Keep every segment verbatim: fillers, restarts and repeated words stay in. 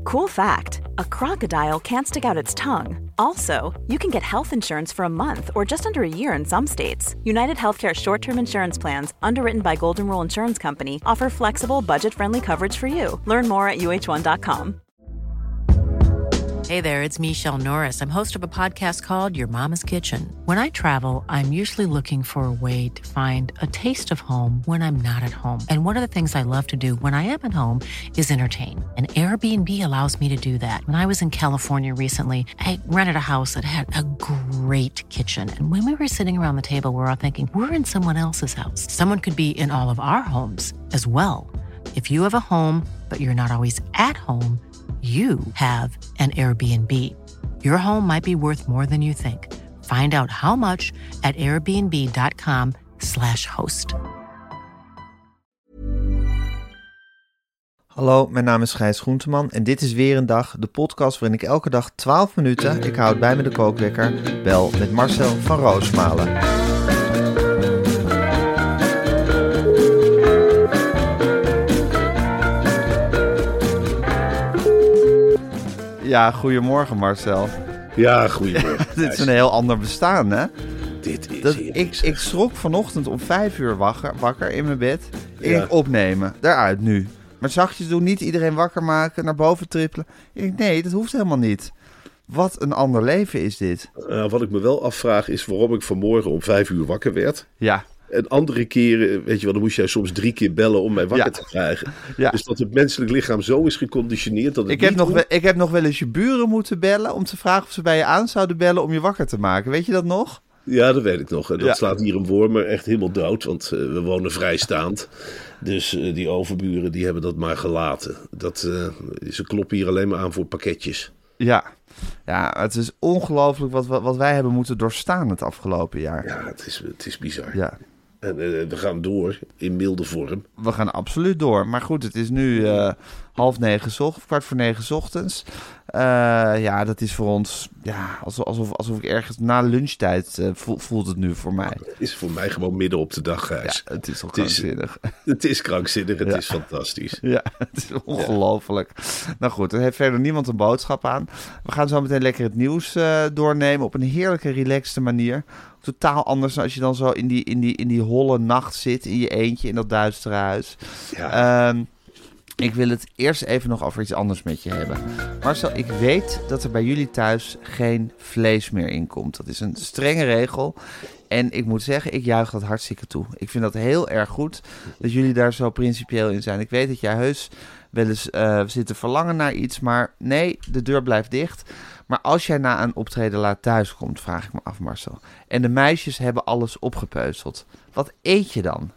Cool fact, a crocodile can't stick out its tongue. Also, you can get health insurance for a month or just under a year in some states. United Healthcare short-term insurance plans, underwritten by Golden Rule Insurance Company, offer flexible, budget-friendly coverage for you. Learn more at U H one dot com. Hey there, it's Michelle Norris. I'm host of a podcast called Your Mama's Kitchen. When I travel, I'm usually looking for a way to find a taste of home when I'm not at home. And one of the things I love to do when I am at home is entertain. And Airbnb allows me to do that. When I was in California recently, I rented a house that had a great kitchen. And when we were sitting around the table, we were all thinking, we're in someone else's house. Someone could be in all of our homes as well. If you have a home, but you're not always at home, you have an Airbnb. Your home might be worth more than you think. Find out how much at airbnb.com slash host. Hallo, mijn naam is Gijs Groenteman en dit is weer een dag, de podcast waarin ik elke dag twaalf minuten, ik houd bij me de kookwekker, bel met Marcel van Roosmalen. Ja, goedemorgen Marcel. Ja, goedemorgen. Dit is een heel ander bestaan, hè? Dit is Dat, ik, ik schrok vanochtend om vijf uur wakker, wakker in mijn bed. Ik Ja. denk, opnemen, daaruit nu. Maar zachtjes doen, niet iedereen wakker maken, naar boven trippelen. Ik denk, nee, dat hoeft helemaal niet. Wat een ander leven is dit. Uh, wat ik me wel afvraag is waarom ik vanmorgen om vijf uur wakker werd. Ja, En andere keren, weet je wel, dan moest jij soms drie keer bellen om mij wakker Ja. te krijgen. Ja. Dus dat het menselijk lichaam zo is geconditioneerd dat het ik heb, niet nog hoeft. wel, ik heb nog wel eens je buren moeten bellen om te vragen of ze bij je aan zouden bellen om je wakker te maken. Weet je dat nog? Ja, dat weet ik nog. En dat Ja. slaat hier een wormer echt helemaal dood, want uh, we wonen vrijstaand. Dus uh, die overburen die hebben dat maar gelaten. Dat, uh, ze kloppen hier alleen maar aan voor pakketjes. Ja. Ja, het is ongelooflijk wat, wat, wat wij hebben moeten doorstaan het afgelopen jaar. Ja, het is, het is bizar. Ja. En uh, we gaan door in milde vorm. We gaan absoluut door. Maar goed, het is nu uh, half negen, zocht, kwart voor negen 's ochtends. Uh, ja, dat is voor ons ja, alsof, alsof, alsof ik ergens na lunchtijd uh, voel, voelt het nu voor mij. Het is voor mij gewoon midden op de dag, Gijs. Ja, het is toch Het is- krankzinnig. Het is krankzinnig, het Ja. is fantastisch. Ja, het is ongelooflijk. Nou goed, er heeft verder niemand een boodschap aan. We gaan zo meteen lekker het nieuws uh, doornemen op een heerlijke, relaxte manier. Totaal anders dan als je dan zo in die, in die, in die holle nacht zit, in je eentje, in dat duistere huis. Ja. Um, ik wil het eerst even nog over iets anders met je hebben. Marcel, ik weet dat er bij jullie thuis geen vlees meer in komt. Dat is een strenge regel. En ik moet zeggen, ik juich dat hartstikke toe. Ik vind dat heel erg goed dat jullie daar zo principieel in zijn. Ik weet dat jij heus wel eens uh, zit te verlangen naar iets, maar nee, de deur blijft dicht. Maar als jij na een optreden laat thuiskomt, vraag ik me af, Marcel. En de meisjes hebben alles opgepeuzeld. Wat eet je dan?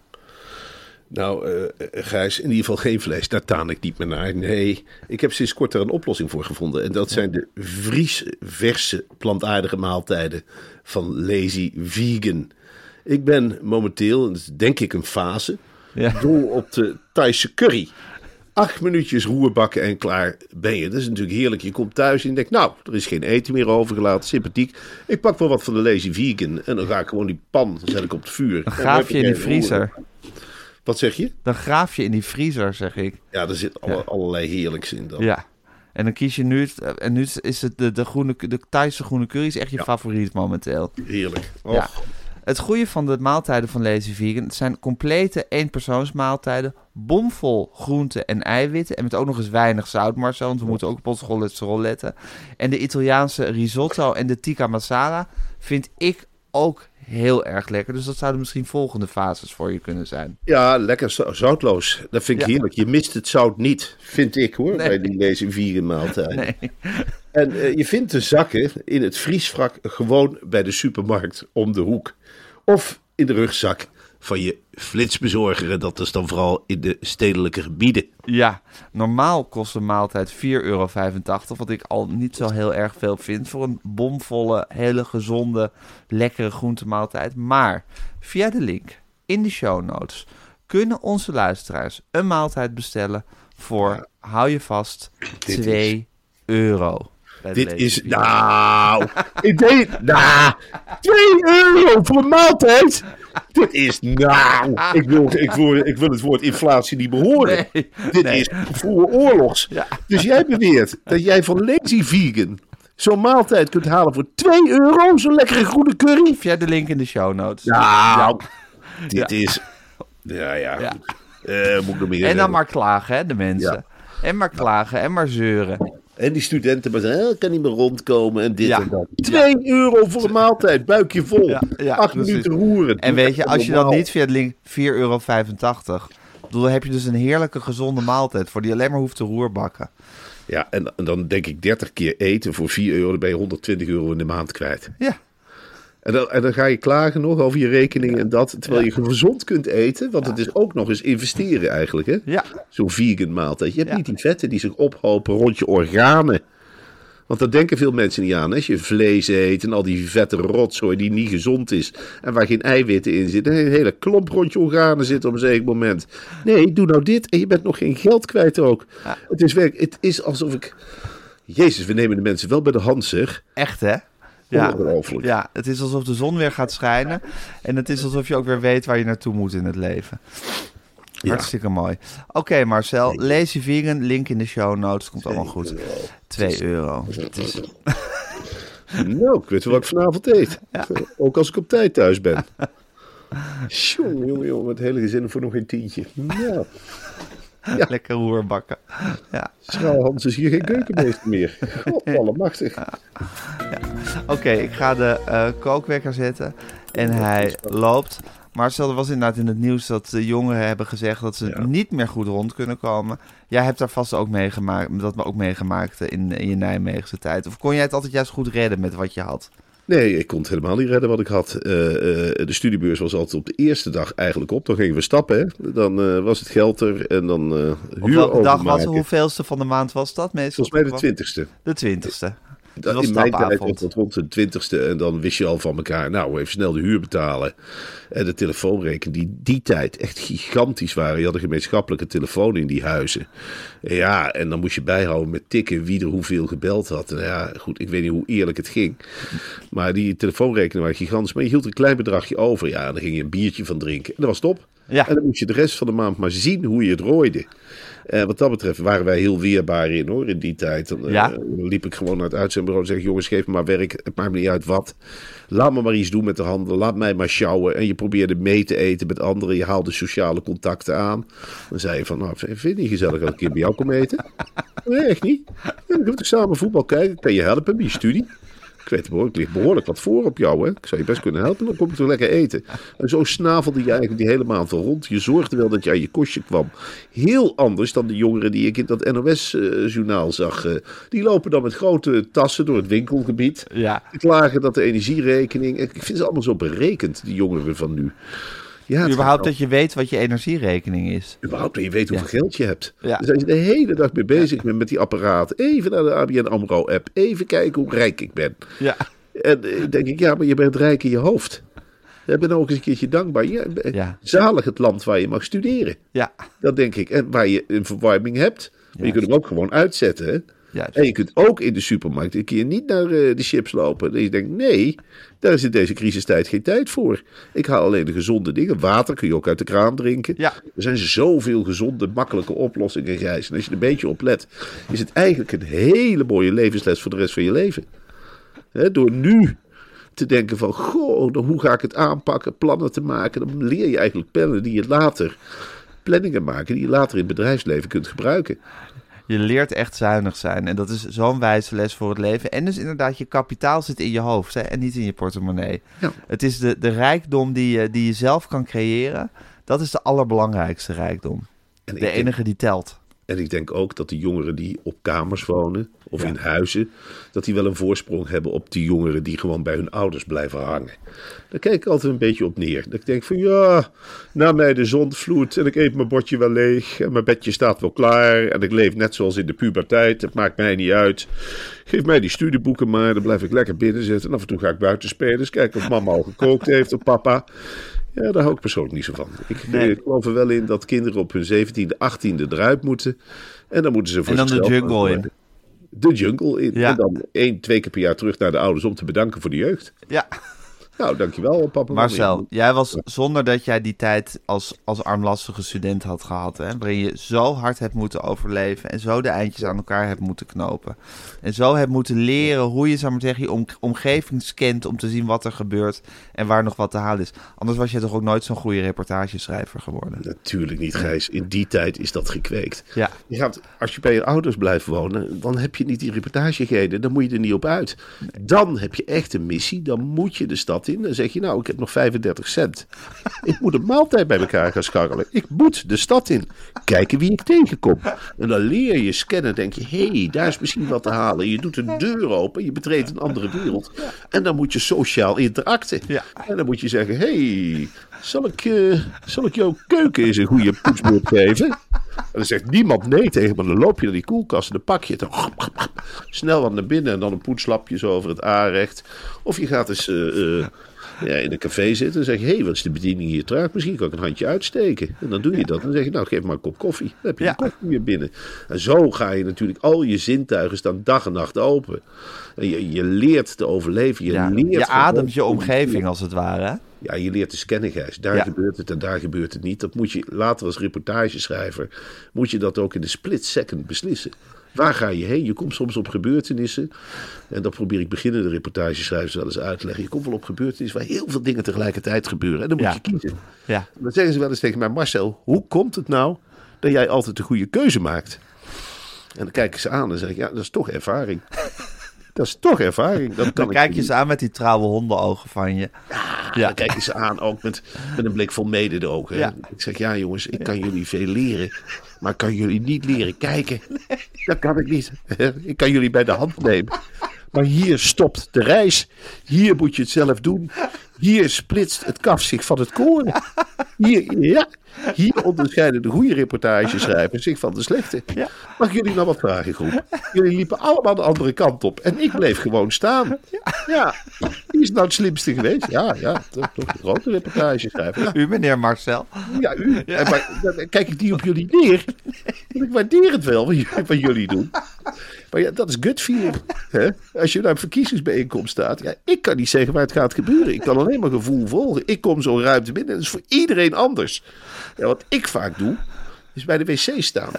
Nou, uh, Gijs, in ieder geval geen vlees. Daar taan ik niet meer naar. Nee, ik heb sinds kort er een oplossing voor gevonden. En dat zijn de vriesverse plantaardige maaltijden van Lazy Vegan. Ik ben momenteel, en dat is denk ik een fase, Ja. dol op de Thaise curry. Acht minuutjes roerbakken en klaar ben je. Dat is natuurlijk heerlijk. Je komt thuis en je denkt, nou, er is geen eten meer overgelaten. Sympathiek. Ik pak wel wat van de Lazy Vegan. En dan ga ik gewoon die pan, dan zet ik op het vuur. Dan En graaf heb je in ik die een vriezer. roer. Wat zeg je? Dan graaf je in die vriezer, zeg ik. Ja, er zit alle, Ja. allerlei heerlijks in dan. Ja. En dan kies je nu, het- en nu is het de, de, groene, de Thaise groene curry is echt je Ja. favoriet momenteel. Heerlijk. Och, Ja. Het goede van de maaltijden van Lazy Vegan, het zijn complete eenpersoonsmaaltijden, bomvol groenten en eiwitten en met ook nog eens weinig zout, Marcel, want we moeten ook op ons cholesterol letten. En de Italiaanse risotto en de tikka masala vind ik ook heel erg lekker. Dus dat zouden misschien volgende fases voor je kunnen zijn. Ja, lekker zo- zoutloos. Dat vind ik Ja. heerlijk. Je mist het zout niet, vind ik hoor, Nee. bij die Lazy Vegan maaltijden. Nee. En uh, je vindt de zakken in het vriesvak gewoon bij de supermarkt om de hoek. Of in de rugzak van je flitsbezorger. Dat is dan vooral in de stedelijke gebieden. Ja, normaal kost een maaltijd vier euro vijfentachtig, wat ik al niet zo heel erg veel vind voor een bomvolle, hele gezonde, lekkere groentemaaltijd. Maar via de link in de show notes kunnen onze luisteraars een maaltijd bestellen voor, hou je vast, Dit twee euro. bij de Dit Lazy is, Vegan. nou, ik denk, nou, twee euro voor een maaltijd. Dit is, nou, ik wil, ik, wil, ik wil het woord inflatie niet meer horen. Nee, Dit nee. is voor oorlogs. Ja. Dus jij beweert dat jij van Lazy Vegan zo'n maaltijd kunt halen voor twee euro, zo'n lekkere groene curry. Via de link in de show notes. Nou, dit Ja. is, ja, ja, Ja. goed. Eh, moet ik nog meer En dan zeggen? maar klagen, hè, de mensen. Ja. En maar klagen en maar zeuren. En die studenten maar zeggen, eh, ik kan niet meer rondkomen en dit Ja. en dat. Twee euro voor een maaltijd, buikje vol. Ja, ja, Acht precies. minuten roeren. En weet je, als je dan Normaal. niet via de link vier euro vijfentachtig... bedoel, dan heb je dus een heerlijke, gezonde maaltijd... voor die je alleen maar hoeft te roerbakken. Ja, en, en dan denk ik dertig keer eten voor vier euro, dan ben je honderdtwintig euro in de maand kwijt. Ja, En dan, en dan ga je klagen nog over je rekening en dat, terwijl Ja. je gezond kunt eten, want het is ook nog eens investeren eigenlijk, hè? ja. Zo'n vegan maaltijd. Je hebt Ja. niet die vetten die zich ophopen rond je organen. Want daar denken veel mensen niet aan. Hè? Als je vlees eet en al die vette rotzooi die niet gezond is. En waar geen eiwitten in zitten. En een hele klomp rond je organen zit op een zeker moment. Nee, doe nou dit en je bent nog geen geld kwijt ook. Ja. Het is werk, het is alsof ik... Jezus, we nemen de mensen wel bij de hand, zeg. Echt, hè? Ja. Ongelooflijk. Ja, het is alsof de zon weer gaat schijnen. En het is alsof je ook weer weet waar je naartoe moet in het leven. Ja. Hartstikke mooi. Oké, Marcel. Lazy Vegan, link in de show notes. Komt allemaal goed. Twee euro. Het is... Nou, ik weet wel wat ik vanavond eet. Ook als ik op tijd thuis ben. Jongen, jongen, jongen, met het hele gezin voor nog geen tientje. Nou, Ja. Lekker roerbakken. Ja. Schraal Hans is hier geen keukenmeester meer. God, allemachtig. Oké, ik ga de eh, kookwekker zetten. En hij loopt. Marcel, er was inderdaad in het nieuws dat de jongeren hebben gezegd dat ze Ja. niet meer goed rond kunnen komen. Jij hebt daar vast ook meegemaakt, dat ook meegemaakt in, in je Nijmeegse tijd. Of kon jij het altijd juist goed redden met wat je had? Nee, ik kon het helemaal niet redden wat ik had. Uh, uh, de studiebeurs was altijd op de eerste dag eigenlijk op. Dan gingen we stappen, hè. Dan uh, was het geld er en dan uh, Op huur welke dag was overmaken. het? Hoeveelste van de maand was dat meestal? Volgens mij de twintigste. De twintigste. Dat, Dat was in mijn tijd stapavond. was dat rond de twintigste en dan wist je al van elkaar, nou even snel de huur betalen. En de telefoonrekening die die tijd echt gigantisch waren. Je had een gemeenschappelijke telefoon in die huizen. Ja, en dan moest je bijhouden met tikken wie er hoeveel gebeld had. En ja, goed, ik weet niet hoe eerlijk het ging. Maar die telefoonrekeningen waren gigantisch. Maar je hield een klein bedragje over. Ja, en dan ging je een biertje van drinken. En dat was het op. Ja. En dan moest je de rest van de maand maar zien hoe je het rooide. Uh, wat dat betreft waren wij heel weerbaar in, hoor, in die tijd. Dan uh, Ja. liep ik gewoon naar het uitzendbureau en zeg: jongens, geef me maar werk. Het maakt me niet uit wat. Laat me maar iets doen met de handen. Laat mij maar sjouwen. En je probeerde mee te eten met anderen. Je haalde sociale contacten aan. Dan zei je van, nou, vind je het niet gezellig als ik een keer bij jou kom eten? Nee, echt niet. Ja, dan kunnen we toch samen voetbal kijken. Kan je helpen met je studie? Ik weet behoorlijk, ik lig behoorlijk wat voor op jou, hè. Ik zou je best kunnen helpen, dan kom ik toch lekker eten. En zo snavelde je eigenlijk die hele maand al rond. Je zorgde wel dat je aan je kostje kwam. Heel anders dan de jongeren die ik in dat N O S-journaal zag. Uh, die lopen dan met grote tassen door het winkelgebied. Ja. Te klagen dat de energierekening... Ik vind ze allemaal zo berekend, die jongeren van nu. Ja, het Überhaupt gaat dat je weet wat je energierekening is. Überhaupt dat je weet hoeveel geld je hebt. Ja. Daar zijn ze de hele dag mee bezig met, met die apparaten. Even naar de A B N AMRO-app. Even kijken hoe rijk ik ben. Ja. En dan denk ik, ja, maar je bent rijk in je hoofd. Ik ben ook eens een keertje dankbaar. Ja, Ja. Zalig het land waar je mag studeren. Ja. Dat denk ik. En waar je een verwarming hebt. Maar je kunt hem ook gewoon uitzetten, hè. Juist. En je kunt ook in de supermarkt een keer niet naar uh, de chips lopen. En je denkt, nee, daar is in deze crisistijd geen tijd voor. Ik haal alleen de gezonde dingen. Water kun je ook uit de kraan drinken. Ja. Er zijn zoveel gezonde, makkelijke oplossingen, Gijs. En als je er een beetje op let, is het eigenlijk een hele mooie levensles voor de rest van je leven. He, door nu te denken van, goh, dan hoe ga ik het aanpakken, plannen te maken. Dan leer je eigenlijk plannen die je later, planningen maken, die je later in het bedrijfsleven kunt gebruiken. Je leert echt zuinig zijn. En dat is zo'n wijze les voor het leven. En dus inderdaad, je kapitaal zit in je hoofd, hè, en niet in je portemonnee. Ja. Het is de, de rijkdom die je, die je zelf kan creëren. Dat is de allerbelangrijkste rijkdom. En ik De denk- enige die telt. En ik denk ook dat de jongeren die op kamers wonen of Ja. in huizen, dat die wel een voorsprong hebben op die jongeren die gewoon bij hun ouders blijven hangen. Daar kijk ik altijd een beetje op neer. Dat ik denk van ja, na mij de zondvloed en ik eet mijn bordje wel leeg en mijn bedje staat wel klaar en ik leef net zoals in de puberteit. Het maakt mij niet uit. Geef mij die studieboeken maar, dan blijf ik lekker binnen zitten en af en toe ga ik buiten spelen. Dus kijken of mama al gekookt heeft of papa. Ja, daar hou ik persoonlijk niet zo van. Ik, Nee. ik geloof er wel in dat kinderen op hun zeventiende, achttiende eruit moeten. En dan moeten ze voor En dan de zichzelf jungle in. verantwoorden. De jungle in. Ja. En dan één, twee keer per jaar terug naar de ouders om te bedanken voor de jeugd. Ja, Nou, dankjewel, papa. Marcel, jij was zonder dat jij die tijd als, als armlastige student had gehad, hè, waarin je zo hard hebt moeten overleven en zo de eindjes aan elkaar hebt moeten knopen. En zo hebt moeten leren hoe je, zou maar zeggen, je om, omgeving scant om te zien wat er gebeurt en waar nog wat te halen is. Anders was je toch ook nooit zo'n goede reportageschrijver geworden. Natuurlijk niet, Gijs. In die tijd is dat gekweekt. Ja. Je gaat, als je bij je ouders blijft wonen, dan heb je niet die reportagegeden. Dan moet je er niet op uit. Dan heb je echt een missie. Dan moet je de stad in. Dan zeg je, nou, ik heb nog vijfendertig cent. Ik moet een maaltijd bij elkaar gaan scharrelen. Ik moet de stad in. Kijken wie ik tegenkom. En dan leer je scannen. Denk je, hé, hey, daar is misschien wat te halen. Je doet een deur open. Je betreedt een andere wereld. En dan moet je sociaal interacten. Ja. En dan moet je zeggen, hé, hey, zal ik, uh, zal ik jouw keuken eens een goede poetsbeurt geven? En dan zegt niemand nee tegen me. Dan loop je naar die koelkast en dan pak je het. Dan snel wat naar binnen en dan een poetslapje zo over het aanrecht. Of je gaat eens uh, uh, ja, in een café zitten en zeg je, hé, hey, wat is de bediening hier traag? Misschien kan ik een handje uitsteken. En dan doe je dat. En dan zeg je, nou, geef maar een kop koffie. Dan heb je Ja. een koffie weer binnen. En zo ga je natuurlijk, al je zintuigen staan dag en nacht open. En je, je leert te overleven. Je, Ja, leert je gewoon- ademt je omgeving als het ware, hè? Ja, je leert te scannen, Gijs. Daar Ja. gebeurt het en daar gebeurt het niet. Dat moet je later als reportageschrijver, moet je dat ook in de split second beslissen. Waar ga je heen? Je komt soms op gebeurtenissen. En dat probeer ik beginnende reportageschrijvers wel eens uit te leggen. Je komt wel op gebeurtenissen waar heel veel dingen tegelijkertijd gebeuren. En dan moet Ja. je kiezen. Ja. Dan zeggen ze wel eens tegen mij, Marcel, hoe komt het nou dat jij altijd de goede keuze maakt? En dan kijken ze aan en zeg ik, ja, dat is toch ervaring. Dat is toch ervaring. Dat kan Dan ik kijk je niet. ze aan met die trouwe hondenogen van je. Ja. Dan kijken ze aan ook met, met een blik vol mededogen. Ja. Ik zeg, ja jongens, ik kan jullie veel leren. Maar ik kan jullie niet leren kijken. Dat kan ik niet. Ik kan jullie bij de hand nemen. Maar hier stopt de reis. Hier moet je het zelf doen. Hier splitst het kaf zich van het koren. Hier, ja, hier onderscheiden de goede reportageschrijvers zich van de slechte. Ja. Mag ik jullie nou wat vragen, groep? Jullie liepen allemaal de andere kant op. En ik bleef gewoon staan. Ja, wie is nou het slimste geweest? Ja, ja, toch, toch de grote reportageschrijver. Ja, U, meneer Marcel. ja u. En maar, dan kijk ik die op jullie neer. Want ik waardeer het wel wat jullie, wat jullie doen. Maar ja, dat is gut feeling. Hè? Als je naar een verkiezingsbijeenkomst staat. Ja, ik kan niet zeggen waar het gaat gebeuren. Ik kan alleen maar gevoel volgen. Ik kom zo'n ruimte binnen. En dat is voor iedereen anders. Ja, wat ik vaak doe, is bij de wc staan.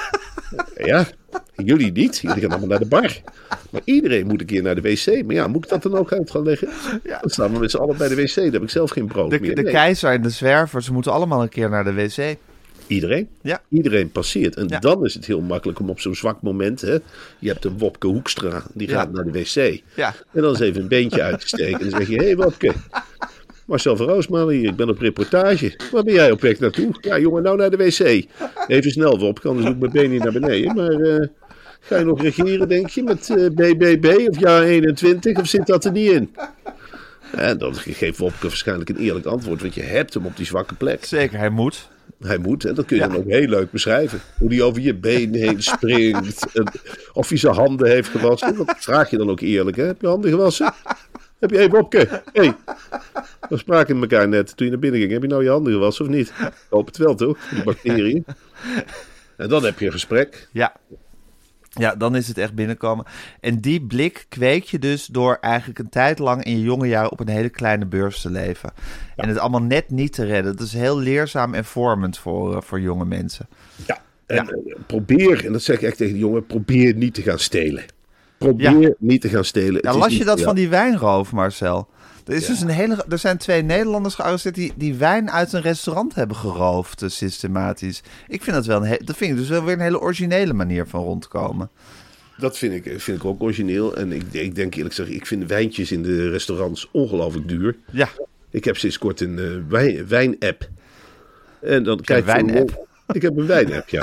Ja, jullie niet. Jullie gaan allemaal naar de bar. Maar iedereen moet een keer naar de wc. Maar ja, moet ik dat dan ook uit gaan leggen? Ja. Dan staan we met z'n allen bij de wc. Dan heb ik zelf geen brood De, meer. de Nee. keizer en de zwerver, ze moeten allemaal een keer naar de wc. Iedereen. Ja. Iedereen passeert. En Ja. dan is het heel makkelijk om op zo'n zwak moment... Hè, je hebt een Wopke Hoekstra, die Ja. gaat naar de wc. Ja. En dan is even een beentje uit te steken. En dan zeg je, hé hey, Wopke, Marcel van Roosmalen hier, ik ben op reportage. Waar ben jij op weg naartoe? Ja jongen, nou naar de wc. Even snel Wopke, anders doe ik mijn been niet naar beneden. Maar eh, ga je nog regeren, denk je, met eh, B B B of jaar eenentwintig? Of zit dat er niet in? En dan geeft Wopke waarschijnlijk een eerlijk antwoord, want je hebt hem op die zwakke plek. Zeker, hij moet. Hij moet, en dat kun je Ja. dan ook heel leuk beschrijven. Hoe hij over je been heen springt. En of hij zijn handen heeft gewassen. Dat vraag je dan ook eerlijk, hè? Heb je handen gewassen? Heb je, hé hey, Bobke, hé. Hey. We spraken met elkaar net toen je naar binnen ging. Heb je nou je handen gewassen of niet? Ik hoop het wel, toch? Die bacteriën. En dan heb je een gesprek. Ja. Ja, dan is het echt binnenkomen. En die blik kweek je dus door eigenlijk een tijd lang in je jonge jaren op een hele kleine beurs te leven. En het allemaal net niet te redden. Dat is heel leerzaam en vormend voor, uh, voor jonge mensen. Ja. En Ja. eh, probeer, en dat zeg ik echt tegen de jongen, probeer niet te gaan stelen. Probeer Ja. niet te gaan stelen. Het Ja, is las niet- je dat ja. van die wijnroof, Marcel? Er, is Ja. dus een hele, er zijn twee Nederlanders gearresteerd die, die wijn uit een restaurant hebben geroofd, uh, systematisch. Ik vind dat wel een, he- dat vind ik dus wel weer een hele originele manier van rondkomen. Dat vind ik, vind ik ook origineel. En ik, ik denk eerlijk gezegd, ik vind wijntjes in de restaurants ongelooflijk duur. Ja, Ik heb sinds kort een uh, wijn, wijn-app. En dan kijk een wijn-app? Ik heb een wijn-app, ja.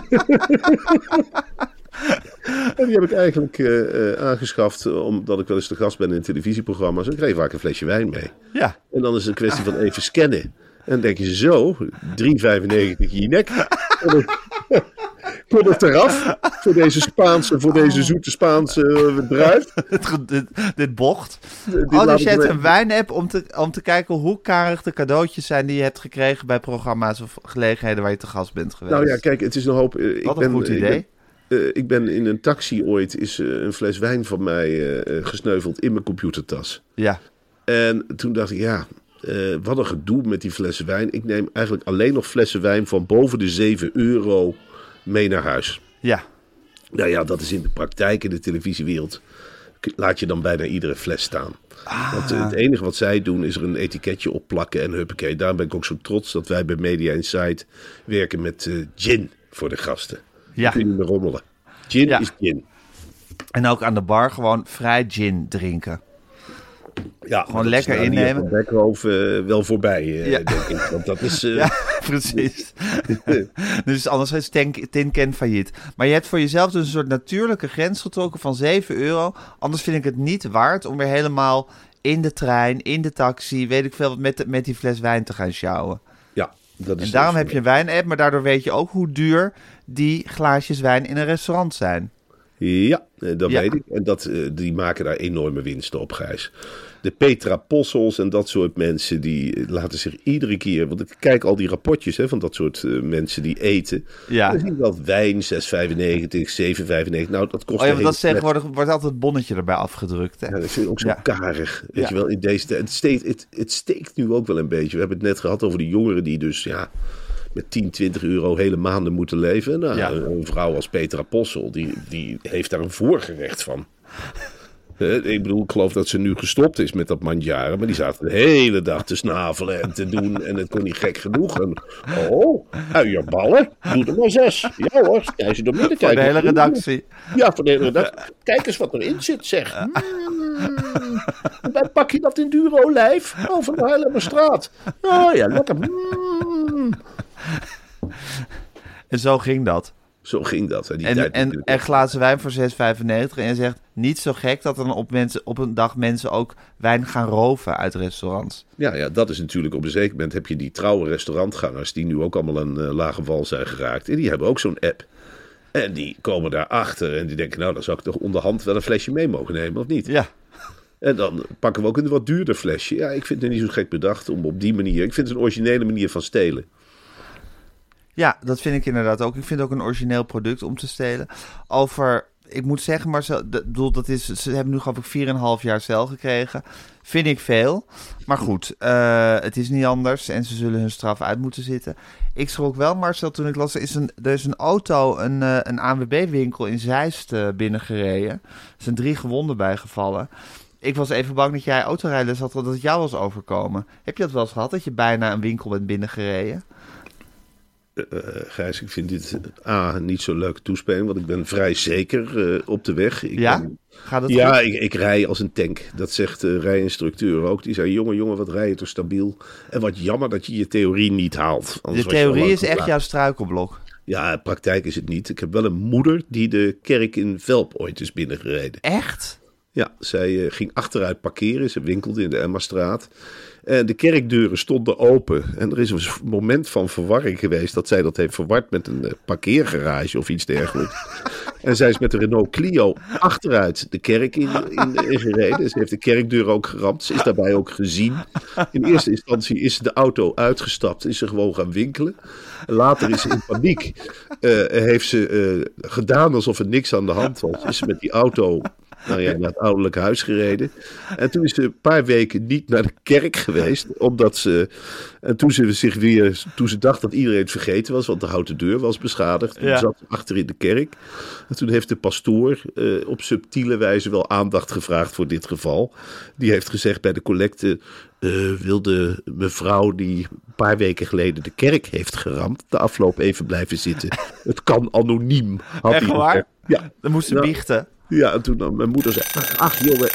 En die heb ik eigenlijk uh, uh, aangeschaft uh, omdat ik wel eens te gast ben in televisieprogramma's. En dan krijg je vaak een flesje wijn mee. ja. En dan is het een kwestie van even scannen. En dan denk je zo, drie vijfennegentig in je nek. En dan kom het eraf voor deze Spaanse, voor deze zoete Spaanse uh, druif. dit, ge- dit, dit bocht. Dit Oh, laat dus ik je hebt me- een wijnapp om te, om te kijken hoe karig de cadeautjes zijn die je hebt gekregen bij programma's of gelegenheden waar je te gast bent geweest. Nou ja, kijk, het is een hoop. uh, ik Wat een ben, goed ik idee. ben- Uh, ik ben in een taxi ooit is uh, een fles wijn van mij uh, gesneuveld in mijn computertas. Ja, En toen dacht ik, ja, uh, wat een gedoe met die flessen wijn. Ik neem eigenlijk alleen nog flessen wijn van boven de zeven euro mee naar huis. Ja. Nou ja, dat is in de praktijk, in de televisiewereld. Laat je dan bijna iedere fles staan. Ah. Want uh, het enige wat zij doen is er een etiketje op plakken en huppakee. Daarom ben ik ook zo trots dat wij bij Media Insight werken met uh, gin voor de gasten. Ja. Dan kun je niet meer rommelen. Gin ja. is gin. En ook aan de bar gewoon vrij gin drinken. Ja, gewoon lekker innemen. Van Beckhoff uh, wel voorbij, uh, ja. denk ik. Want dat is... Uh... Ja, precies. Dus anders is Tin Can failliet. Maar je hebt voor jezelf dus een soort natuurlijke grens getrokken van zeven euro. Anders vind ik het niet waard om weer helemaal in de trein, in de taxi, weet ik veel wat, met, met die fles wijn te gaan sjouwen. Ja, dat is... En daarom heb je een wijn-app, maar daardoor weet je ook hoe duur die glaasjes wijn in een restaurant zijn. Ja, dat ja. weet ik. En dat, die maken daar enorme winsten op, Gijs. De Petra Possels en dat soort mensen, die laten zich iedere keer... Want ik kijk al die rapportjes hè, van dat soort uh, mensen die eten. Ja. Dan zie ik wel wijn, zes vijfennegentig, zeven vijfennegentig. Nou, dat kost... Oh ja, want dat tegenwoordig wordt altijd het bonnetje erbij afgedrukt. Hè? Ja, dat vind ik ook zo ja. karig. Weet ja. je wel, in deze tijd. Het steekt, het, het steekt nu ook wel een beetje. We hebben het net gehad over de jongeren die dus... ja. met tien, twintig euro hele maanden moeten leven. Nou, ja. Een vrouw als Petra Possel, die, die heeft daar een voorgerecht van. Uh, ik bedoel, ik geloof dat ze nu gestopt is met dat mandjaren. Maar die zaten de hele dag te snavelen en te doen. En het kon niet gek genoeg. En, oh, uierballen, doe er maar zes. Ja hoor, kijk ze door midden kijken. Voor de hele redactie. Ja, voor de hele redactie. Kijk eens wat erin zit, zeg. Mm. Dan pak je dat in dure olijf. Oh, van de Heilemerstraat. Oh ja, lekker. Mm. En zo ging dat. Zo ging dat. Die en, tijd en, en glazen wijn voor zes vijfennegentig. En je zegt, niet zo gek dat er dan op, mensen, op een dag mensen ook wijn gaan roven uit restaurants. Ja, ja, dat is natuurlijk op een zeker moment heb je die trouwe restaurantgangers die nu ook allemaal een uh, lage val zijn geraakt. En die hebben ook zo'n app. En die komen daarachter en die denken, nou, dan zou ik toch onderhand wel een flesje mee mogen nemen, of niet? Ja. En dan pakken we ook een wat duurder flesje. Ja, ik vind het niet zo gek bedacht om op die manier... Ik vind het een originele manier van stelen. Ja, dat vind ik inderdaad ook. Ik vind het ook een origineel product om te stelen. Over, ik moet zeggen, Marcel, bedoel, dat is, ze hebben nu geloof ik vier en een half jaar cel gekregen. Vind ik veel. Maar goed, uh, het is niet anders en ze zullen hun straf uit moeten zitten. Ik schrok wel, Marcel, toen ik las, er is een, er is een auto, een, uh, een A N W B-winkel in Zeist uh, binnengereden. Er zijn drie gewonden bijgevallen. Ik was even bang dat jij autorijles had, dat het jou was overkomen. Heb je dat wel eens gehad, dat je bijna een winkel bent binnengereden? Uh, Gijs, ik vind dit A, niet zo leuke toespeling, want ik ben vrij zeker uh, op de weg. Ik ja? Ben, Gaat het ja, goed? ik, ik rij als een tank. Dat zegt de rijinstructeur ook. Die zei, jongen, jongen, wat rij je toch stabiel. En wat jammer dat je je theorie niet haalt. De theorie is echt jouw struikelblok. Ja, in praktijk is het niet. Ik heb wel een moeder die de kerk in Velp ooit is binnengereden. Echt? Ja, zij uh, ging achteruit parkeren. Ze winkelde in de Emmastraat. En de kerkdeuren stonden open. En er is een moment van verwarring geweest dat zij dat heeft verward met een uh, parkeergarage of iets dergelijks. En zij is met de Renault Clio achteruit de kerk in, in, in gereden. Ze heeft de kerkdeur ook geramd. Ze is daarbij ook gezien. In eerste instantie is de auto uitgestapt. Is ze gewoon gaan winkelen. Later is ze in paniek. Uh, heeft ze uh, gedaan alsof er niks aan de hand was. Is ze met die auto... Nou ja, naar het ouderlijk huis gereden. En toen is ze een paar weken niet naar de kerk geweest. Omdat ze... En toen ze zich weer... Toen ze dacht dat iedereen het vergeten was. Want de houten deur was beschadigd. Toen ja. zat ze achter in de kerk. En toen heeft de pastoor uh, op subtiele wijze wel aandacht gevraagd voor dit geval. Die heeft gezegd bij de collecte... Uh, wilde mevrouw die een paar weken geleden de kerk heeft geramd... de afloop even blijven zitten. Het kan anoniem. Had Echt hij waar? Ja. Dan moest ze nou, biechten. Ja, en toen dan mijn moeder zei... Ach, ach jongen,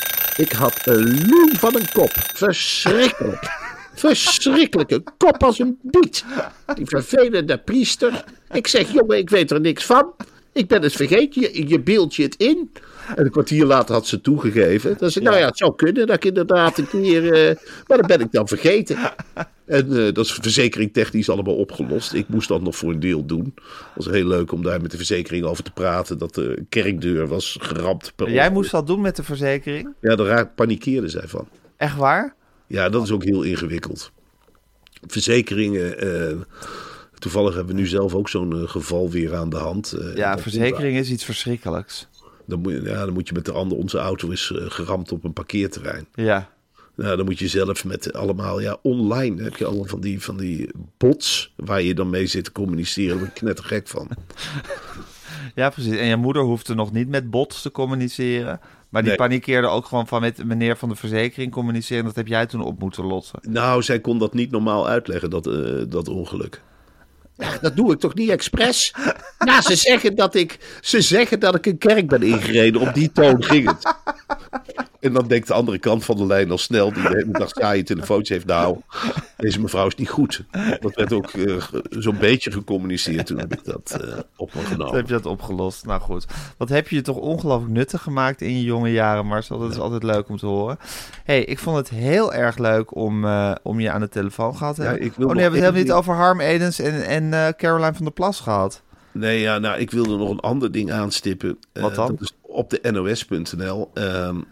ik had een loei van een kop. Verschrikkelijk. Verschrikkelijk. Een kop als een biet. Die vervelende priester. Ik zeg, jongen, ik weet er niks van. Ik ben het vergeten. Je, je beeld je het in. En een kwartier later had ze toegegeven. Dan zei, nou ja, het zou kunnen dat ik inderdaad een keer... Uh, maar dat ben ik dan vergeten. En uh, dat is verzekering technisch allemaal opgelost. Ik moest dat nog voor een deel doen. Het was heel leuk om daar met de verzekering over te praten. Dat de kerkdeur was geramd. Per Jij ongeluk. Moest dat doen met de verzekering? Ja, daar panikeerde zij van. Echt waar? Ja, dat is ook heel ingewikkeld. Verzekeringen... Uh, toevallig hebben we nu zelf ook zo'n uh, geval weer aan de hand. Uh, ja, verzekering is iets verschrikkelijks. Dan moet, je, ja, dan moet je met de andere... Onze auto is uh, geramd op een parkeerterrein. Ja. Nou, dan moet je zelf met allemaal, ja, online heb je allemaal van die, van die bots waar je dan mee zit te communiceren. Daar word ik knettergek van. Ja, precies. En je moeder hoefde nog niet met bots te communiceren. Maar die Nee. panikeerde ook gewoon van met meneer van de verzekering communiceren. Dat heb jij toen op moeten lossen. Nou, zij kon dat niet normaal uitleggen, dat, uh, dat ongeluk. Ja, dat doe ik toch niet expres? Ja, ze zeggen dat ik, ze zeggen dat ik een kerk ben ingereden. Op die toon ging het. En dan denkt de andere kant van de lijn al snel, die de hele dag saaie telefoontjes heeft. Nou, deze mevrouw is niet goed. Dat werd ook uh, zo'n beetje gecommuniceerd. Toen heb ik dat uh, op me Toen genomen. heb je dat opgelost. Nou goed. Wat heb je je toch ongelooflijk nuttig gemaakt in je jonge jaren, Marcel. Dat is Ja. altijd leuk om te horen. hey, ik vond het heel erg leuk om, uh, om je aan de telefoon gehad te Ja, hebben. ik wil oh nog nee, we hebben het één niet ding- over Harm Edens en, en uh, Caroline van der Plas gehad. Nee, ja, nou, ik wilde nog een ander ding aanstippen. Uh, Wat dan? Dat is op de N O S punt N L. Um,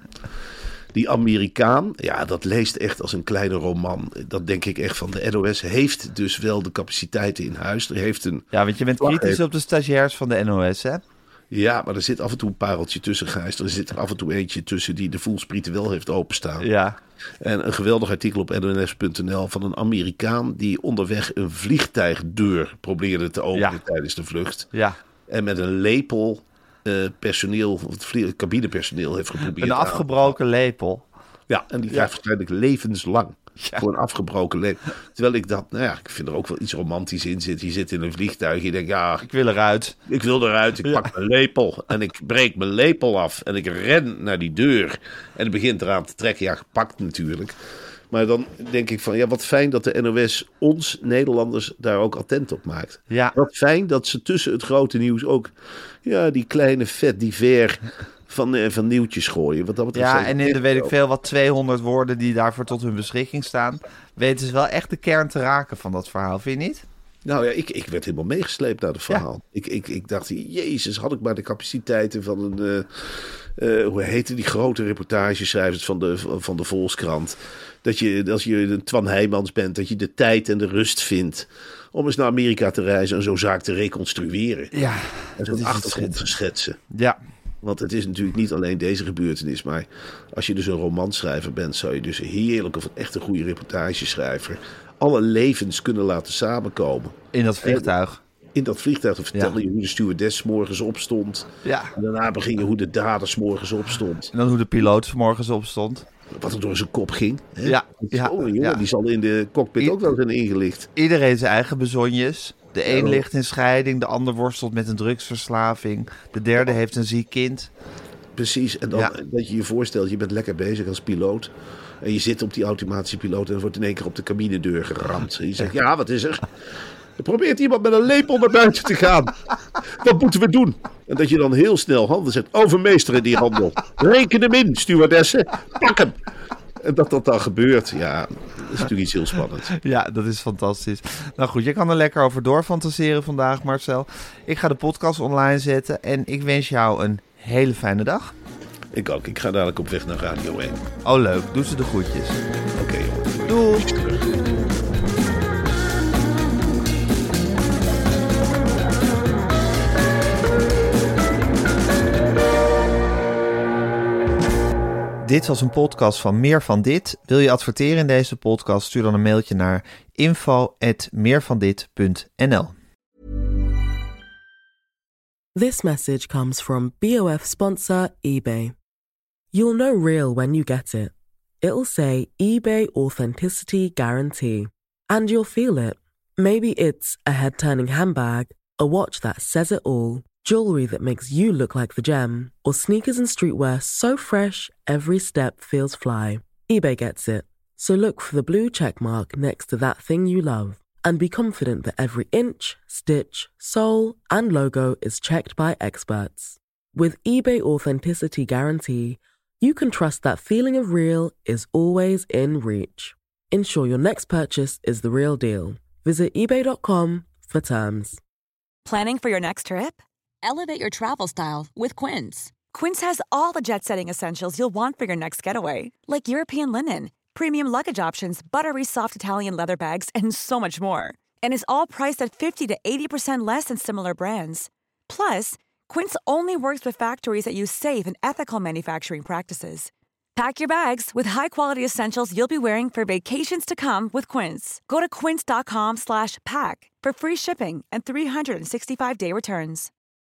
die Amerikaan, ja, dat leest echt als een kleine roman. Dat denk ik echt van. De N O S heeft dus wel de capaciteiten in huis. Er heeft een, Ja, want je bent Wacht kritisch even. op de stagiairs van de N O S, hè? ja, maar er zit af en toe een pareltje tussen, Gijs. Er zit er af en toe eentje tussen die de voelsprieten wel heeft openstaan. Ja. En een geweldig artikel op N O S punt N L van een Amerikaan die onderweg een vliegtuigdeur probeerde te openen Ja. tijdens de vlucht. Ja. En met een lepel uh, personeel, het vlie- cabinepersoneel heeft geprobeerd. Een aan- afgebroken lepel. Ja, en die Ja. blijft waarschijnlijk levenslang. Ja. Voor een afgebroken lepel. Terwijl ik dat, nou ja, ik vind er ook wel iets romantisch in zit. Je zit in een vliegtuig, je denkt, ja, Ik wil eruit. ik wil eruit, ik Ja. pak mijn lepel en ik breek mijn lepel af en ik ren naar die deur en het begint eraan te trekken. Ja, gepakt natuurlijk. Maar dan denk ik van, ja, wat fijn dat de N O S ons Nederlanders daar ook attent op maakt. Ja. Wat fijn dat ze tussen het grote nieuws ook, ja, die kleine vet divers van, eh, van nieuwtjes gooien. Wat dat betreft Ja, zijn ze en in de echt weet ik wel- veel wat tweehonderd woorden die daarvoor tot hun beschikking staan, weten ze wel echt de kern te raken van dat verhaal, vind je niet? Nou ja, ik, ik werd helemaal meegesleept naar het verhaal. Ik, ik, ik dacht, jezus, had ik maar de capaciteiten van een... Uh, uh, hoe heette die grote reportageschrijvers van de, van de Volkskrant? Dat je, als je een Twan Heijmans bent, dat je de tijd en de rust vindt om eens naar Amerika te reizen en zo'n zaak te reconstrueren. Ja, En zo'n achtergrond te schetsen. Ja, Want het is natuurlijk niet alleen deze gebeurtenis, maar als je dus een romanschrijver bent, zou je dus heerlijk of een echt een goede reportageschrijver alle levens kunnen laten samenkomen. in dat vliegtuig. In dat vliegtuig te vertellen Ja. je hoe de stewardess 's morgens opstond. Ja. En daarna begin je hoe de dader 's morgens opstond. En dan hoe de piloot 's morgens opstond. Wat er door zijn kop ging. Hè? Ja, ja, Oh, jongen, ja. die zal in de cockpit I- ook wel zijn ingelicht. Iedereen zijn eigen bezonjes. De een Ja. ligt in scheiding, de ander worstelt met een drugsverslaving. De derde heeft een ziek kind. Precies. En dan Ja. dat je je voorstelt, je bent lekker bezig als piloot. En je zit op die automatische piloot en er wordt in één keer op de cabinedeur geramd. En je zegt, ja, wat is er? Er probeert iemand met een lepel naar buiten te gaan. Wat moeten we doen? En dat je dan heel snel handen zet. Overmeesteren die handel. Reken hem in, stewardessen. Pak hem. En dat dat dan gebeurt, ja, dat is natuurlijk iets heel spannends. Ja, dat is fantastisch. Nou goed, je kan er lekker over doorfantaseren vandaag, Marcel. Ik ga de podcast online zetten en ik wens jou een hele fijne dag. Ik ook. Ik ga dadelijk op weg naar Radio één. Oh leuk, doe ze de groetjes. Oké, jongen. Doei. Terug. Dit was een podcast van Meer van Dit. Wil je adverteren in deze podcast? Stuur dan een mailtje naar info at meervandit punt n l. This message comes from B O F sponsor eBay. You'll know real when you get it. It'll say eBay Authenticity Guarantee. And you'll feel it. Maybe it's a head-turning handbag, a watch that says it all, jewelry that makes you look like the gem, or sneakers and streetwear so fresh every step feels fly. eBay gets it. So look for the blue check mark next to that thing you love. And be confident that every inch, stitch, sole, and logo is checked by experts. With eBay Authenticity Guarantee, you can trust that feeling of real is always in reach. Ensure your next purchase is the real deal. Visit ebay dot com for terms. Planning for your next trip? Elevate your travel style with Quince. Quince has all the jet-setting essentials you'll want for your next getaway, like European linen, premium luggage options, buttery soft Italian leather bags, and so much more. And is all priced at fifty to eighty percent less than similar brands. Plus, Quince only works with factories that use safe and ethical manufacturing practices. Pack your bags with high-quality essentials you'll be wearing for vacations to come with Quince. Go to quince.com slash pack for free shipping and three sixty-five day returns.